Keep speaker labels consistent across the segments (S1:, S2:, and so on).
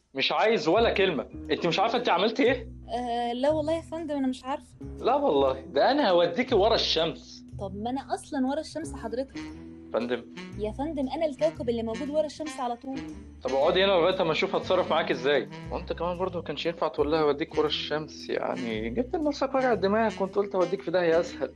S1: مش عايز ولا كلمة. انت مش عارفة انت عملت ايه؟
S2: لا والله يا فندم، انا مش عارفه.
S1: لا والله، ده انا هوديكي ورا الشمس.
S2: طب ما انا اصلا ورا الشمس حضرتك.
S1: فندم.
S2: يا فندم، انا الكوكب اللي موجود ورا الشمس على طول.
S1: طب اقعدي هنا لغاية اما اشوف هتصرف معاك ازاي. وانت كمان برضه ما كانش ينفع تقول لها هوديك ورا الشمس، يعني جبت لنفسك وجع الدماغ، كنت قلت اوديك في داهية اسهل.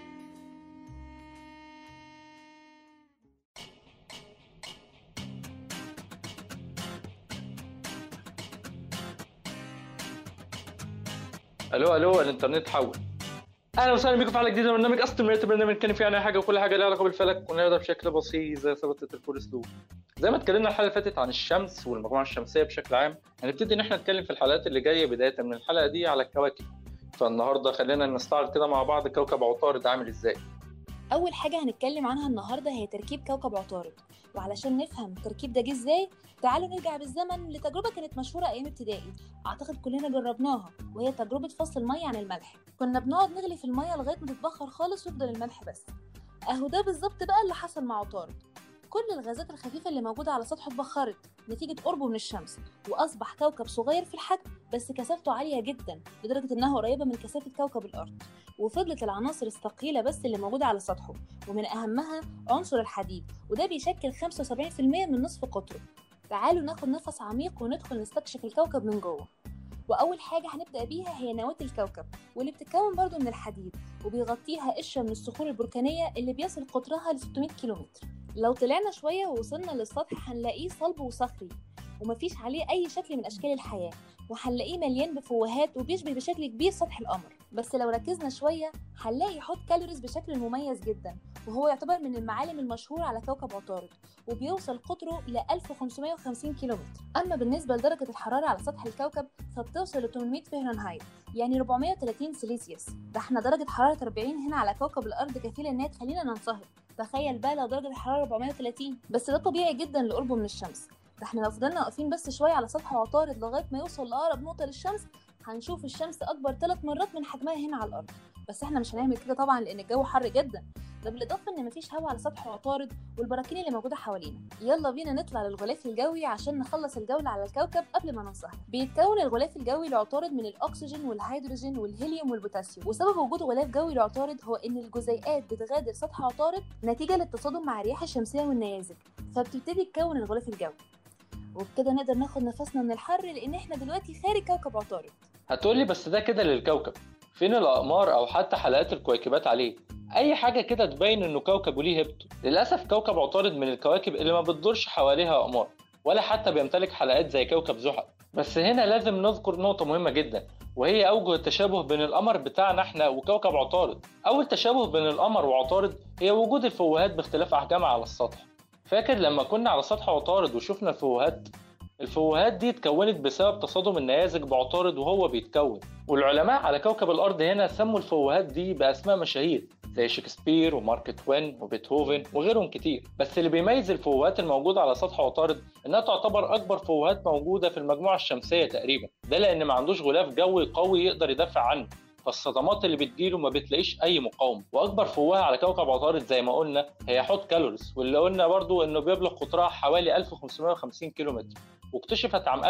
S1: الو الو، الانترنت حول. اهلا وسهلا بكم في حلقه جديده من برنامج استمراريه، برنامج بنتكلم فيه عن اي حاجه وكل حاجه ليها علاقه بالفلك ونقدر بشكل بسيط زي ثبتة الفول سلو. زي ما اتكلمنا الحلقه اللي فاتت عن الشمس والمجموعه الشمسيه بشكل عام، هنبتدي ان احنا نتكلم في الحلقات اللي جايه بدايه من الحلقه دي على الكواكب. فالنهارده خلينا نستعرض كده مع بعض كوكب عطارد عامل ازاي.
S2: اول حاجه هنتكلم عنها النهارده هي تركيب كوكب عطارد. وعلشان نفهم التركيب ده جه ازاي، تعالوا نرجع بالزمن لتجربه كانت مشهوره ايام ابتدائي. اعتقد كلنا جربناها، وهي تجربه فصل الميه عن الملح. كنا بنقعد نغلي في الميه لغايه ما تتبخر خالص ويفضل الملح بس. اهو ده بالظبط بقى اللي حصل مع عطارد. كل الغازات الخفيفة اللي موجودة على سطحه اتبخرت نتيجة قربه من الشمس، وأصبح كوكب صغير في الحجم بس كثافته عالية جدا لدرجة إنها قريبة من كثافة كوكب الأرض. وفضلت العناصر الثقيلة بس اللي موجودة على سطحه، ومن أهمها عنصر الحديد، وده بيشكل 75% من نصف قطره. تعالوا ناخد نفس عميق وندخل نستكشف الكوكب من جوه. واول حاجه هنبدا بيها هي نواه الكوكب، واللي بتتكون برضو من الحديد، وبيغطيها قشره من الصخور البركانيه اللي بيصل قطرها ل 600 كيلومتر. لو طلعنا شويه ووصلنا للسطح هنلاقيه صلب وصخري، ومفيش عليه اي شكل من اشكال الحياه، وهنلاقيه مليان بفوهات وبيشبه بشكل كبير سطح القمر. بس لو ركزنا شويه هنلاقي حوض كالوريز بشكل مميز جدا، وهو يعتبر من المعالم المشهوره على كوكب عطارد، وبيوصل قطره ل 1550 كيلومتر. اما بالنسبه لدرجه الحراره على سطح الكوكب فبتوصل ل 800 فهرنهايت، يعني 430 سيليزيوس. ده احنا درجه حراره 40 هنا على كوكب الارض كفيله انها تخلينا ننصهر. تخيل بقى لو درجه الحراره 430، بس ده طبيعي جدا لقربه من الشمس. ده احنا لو فضلنا واقفين بس شويه على سطح عطارد لغايه ما يوصل لاقرب نقطه للشمس هنشوف الشمس اكبر 3 مرات من حجمها هنا على الارض. بس احنا مش هنعمل كده طبعا لان الجو حر جدا. ده بالاضافه ان مفيش هواء على سطح عطارد والبراكين اللي موجوده حوالينا. يلا بينا نطلع للغلاف الجوي عشان نخلص الجوله على الكوكب قبل ما ننصهر. بيتكون الغلاف الجوي لعطارد من الاكسجين والهيدروجين والهيليوم والبوتاسيوم، وسبب وجود غلاف جوي لعطارد هو ان الجزيئات بتغادر سطح عطارد نتيجه للتصادم مع الرياح الشمسيه والنيازك، فبتبتدي تكون الغلاف الجوي. وبكده نقدر ناخد نفسنا من الحر لان احنا دلوقتي خارج كوكب عطارد.
S1: هتقولي بس ده كده للكوكب، فين الاقمار او حتى حلقات الكويكبات عليه؟ اي حاجه كده تبين انه كوكب وليه هيبته. للاسف كوكب عطارد من الكواكب اللي ما بتدورش حواليها اقمار، ولا حتى بيمتلك حلقات زي كوكب زحل. بس هنا لازم نذكر نقطه مهمه جدا، وهي اوجه التشابه بين القمر بتاعنا احنا وكوكب عطارد. اول تشابه بين القمر وعطارد هي وجود الفوهات باختلاف احجامها على السطح. فاكر لما كنا على سطح عطارد وشفنا الفوهات؟ الفوهات دي اتكونت بسبب تصادم النيازك بعطارد وهو بيتكون. والعلماء على كوكب الأرض هنا سموا الفوهات دي بأسماء مشاهير زي شكسبير ومارك توين وبيتهوفن وغيرهم كتير. بس اللي بيميز الفوهات الموجودة على سطح عطارد إنها تعتبر أكبر فوهات موجودة في المجموعة الشمسية تقريبا، ده لأن ما عندوش غلاف جوي قوي يقدر يدافع عنه، فالصدمات اللي بتجيله ما بتلاقيش اي مقاومه. واكبر فوهه على كوكب عطارد زي ما قلنا هي حوض كالوريس، واللي قلنا برضو انه بيبلغ قطرها حوالي 1550 كيلومتر، واكتشفت عام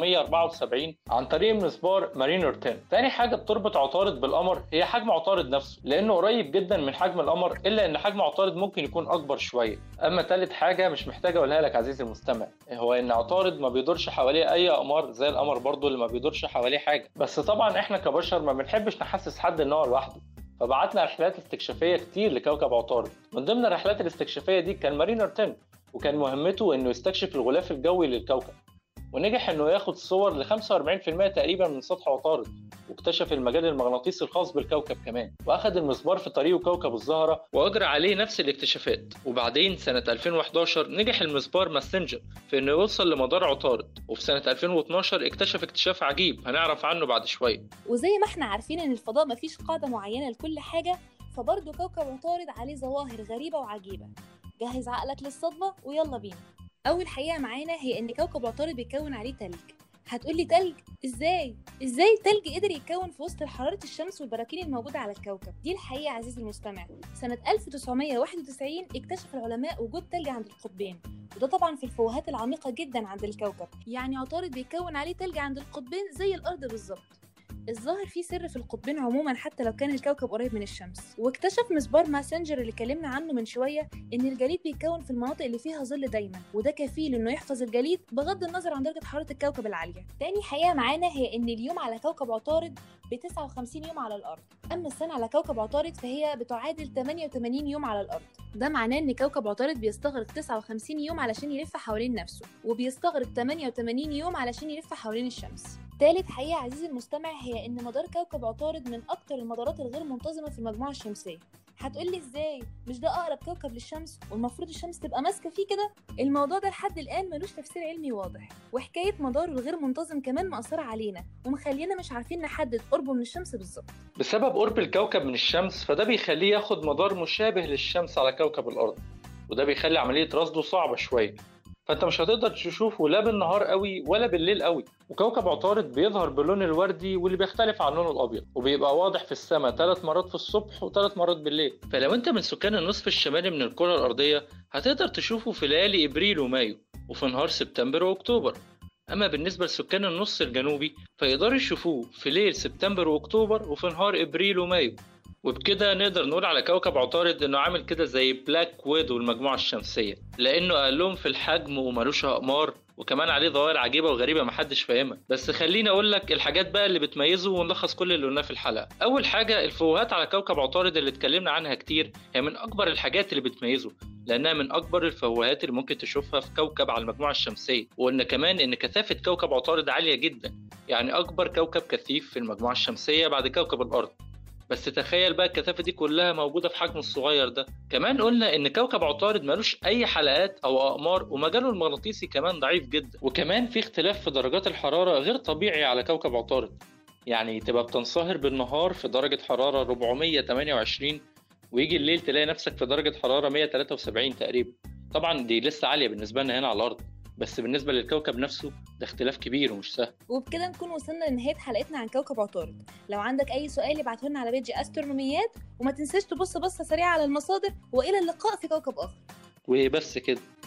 S1: 1974 عن طريق مسبار مارينر 10. تاني حاجه بتربط عطارد بالقمر هي حجم عطارد نفسه، لانه قريب جدا من حجم القمر، الا ان حجم عطارد ممكن يكون اكبر شويه. اما تالت حاجه مش محتاج اقولها لك عزيزي المستمع، هو ان عطارد ما بيدورش حواليه اي اقمار زي القمر برضو اللي ما بيدورش حواليه حاجه. بس طبعا احنا كبشر ما بنحبش نحسس حد ان هو لوحده، فبعتنا رحلات استكشافيه كتير لكوكب عطارد. من ضمن الرحلات الاستكشافيه دي كان مارينر 10، وكان مهمته انه يستكشف الغلاف الجوي للكوكب، ونجح انه ياخد صور ل 45% تقريبا من سطح عطارد، واكتشف المجال المغناطيسي الخاص بالكوكب كمان، واخد المسبار في طريقه كوكب الزهره واجرى عليه نفس الاكتشافات. وبعدين سنه 2011 نجح المسبار ماسنجر في انه يوصل لمدار عطارد، وفي سنه 2012 اكتشف اكتشاف عجيب هنعرف عنه بعد شويه.
S2: وزي ما احنا عارفين ان الفضاء مفيش قاعدة معينة لكل حاجة، فبرضه كوكب عطارد عليه ظواهر غريبة وعجيبة. جهز عقلك للصدمة ويلا بينا. أول حقيقة معانا هي إن كوكب عطارد بيتكون عليه تلج. هتقولي تلج؟ ازاي التلج قدر يتكون في وسط حرارة الشمس والبراكين الموجودة على الكوكب؟ دي الحقيقة عزيزي المستمع، سنة 1991 اكتشف العلماء وجود تلج عند القطبين، وده طبعا في الفوهات العميقة جدا عند الكوكب، يعني عطارد بيتكون عليه تلج عند القطبين زي الأرض بالظبط. الظاهر فيه سر في القطبين عموما حتى لو كان الكوكب قريب من الشمس. واكتشف مسبار ماسنجر اللي اتكلمنا عنه من شويه ان الجليد بيتكون في المناطق اللي فيها ظل دايما، وده كفيل انه يحفظ الجليد بغض النظر عن درجه حراره الكوكب العاليه. تاني حقيقه معانا هي ان اليوم على كوكب عطارد ب 59 يوم على الارض، اما السنه على كوكب عطارد فهي بتعادل 88 يوم على الارض. ده معناه ان كوكب عطارد بيستغرق 59 يوم علشان يلف حوالين نفسه، وبيستغرق 88 يوم علشان يلف حوالين الشمس. تالت حقيقة عزيزي المستمع هي إن مدار كوكب عطارد من أكتر المدارات الغير منتظمة في المجموعة الشمسية. هتقولي إزاي؟ مش ده أقرب كوكب للشمس والمفروض الشمس تبقى ماسكة فيه كده؟ الموضوع ده لحد الآن ملوش تفسير علمي واضح، وحكاية مداره الغير منتظم كمان مأثرة علينا ومخلينا مش عارفين نحدد قربه من الشمس بالظبط.
S1: بسبب قرب الكوكب من الشمس فده بيخليه ياخد مدار مشابه للشمس على كوكب الأرض، وده بيخلي عملية رصده صعبة شوية، فانت مش هتقدر تشوفه لا بالنهار قوي ولا بالليل قوي. وكوكب عطارد بيظهر باللون الوردي واللي بيختلف عن لونه الابيض، وبيبقى واضح في السماء 3 مرات في الصبح و3 مرات بالليل. فلو انت من سكان النصف الشمالي من الكرة الارضية هتقدر تشوفه في ليالي ابريل ومايو وفي نهار سبتمبر واكتوبر. اما بالنسبة لسكان النص الجنوبي فيقدروا يشوفوه في ليل سبتمبر واكتوبر وفي نهار ابريل ومايو. وبكده نقدر نقول على كوكب عطارد انه عامل كده زي بلاك ويدو المجموعة الشمسية، لانه اقلهم في الحجم ومالوش اقمار، وكمان عليه ظواهر عجيبة وغريبة محدش فاهمها. بس خليني اقول لك الحاجات بقى اللي بتميزه ونلخص كل اللي قلناه في الحلقة. اول حاجة الفوهات على كوكب عطارد اللي اتكلمنا عنها كتير هي من اكبر الحاجات اللي بتميزه، لانها من اكبر الفوهات اللي ممكن تشوفها في كوكب على المجموعة الشمسية. وقلنا كمان ان كثافة كوكب عطارد عالية جدا، يعني اكبر كوكب كثيف في المجموعة الشمسية بعد كوكب الارض. بس تخيل بقى الكثافة دي كلها موجودة في حجم الصغير ده. كمان قلنا ان كوكب عطارد مالوش اي حلقات او اقمار، ومجاله المغناطيسي كمان ضعيف جدا. وكمان في اختلاف في درجات الحرارة غير طبيعي على كوكب عطارد، يعني تبقى بتنصهر بالنهار في درجة حرارة 428 ويجي الليل تلاقي نفسك في درجة حرارة 173 تقريبا. طبعا دي لسه عالية بالنسبة لنا هنا على الارض، بس بالنسبة للكوكب نفسه ده اختلاف كبير ومش سهل.
S2: وبكده نكون وصلنا لنهاية حلقتنا عن كوكب عطارد. لو عندك أي سؤال ابعته لنا على بيج أسترونوميات، وما تنساش تبص بصة سريعة على المصادر، وإلى اللقاء في كوكب آخر.
S1: وبس كده.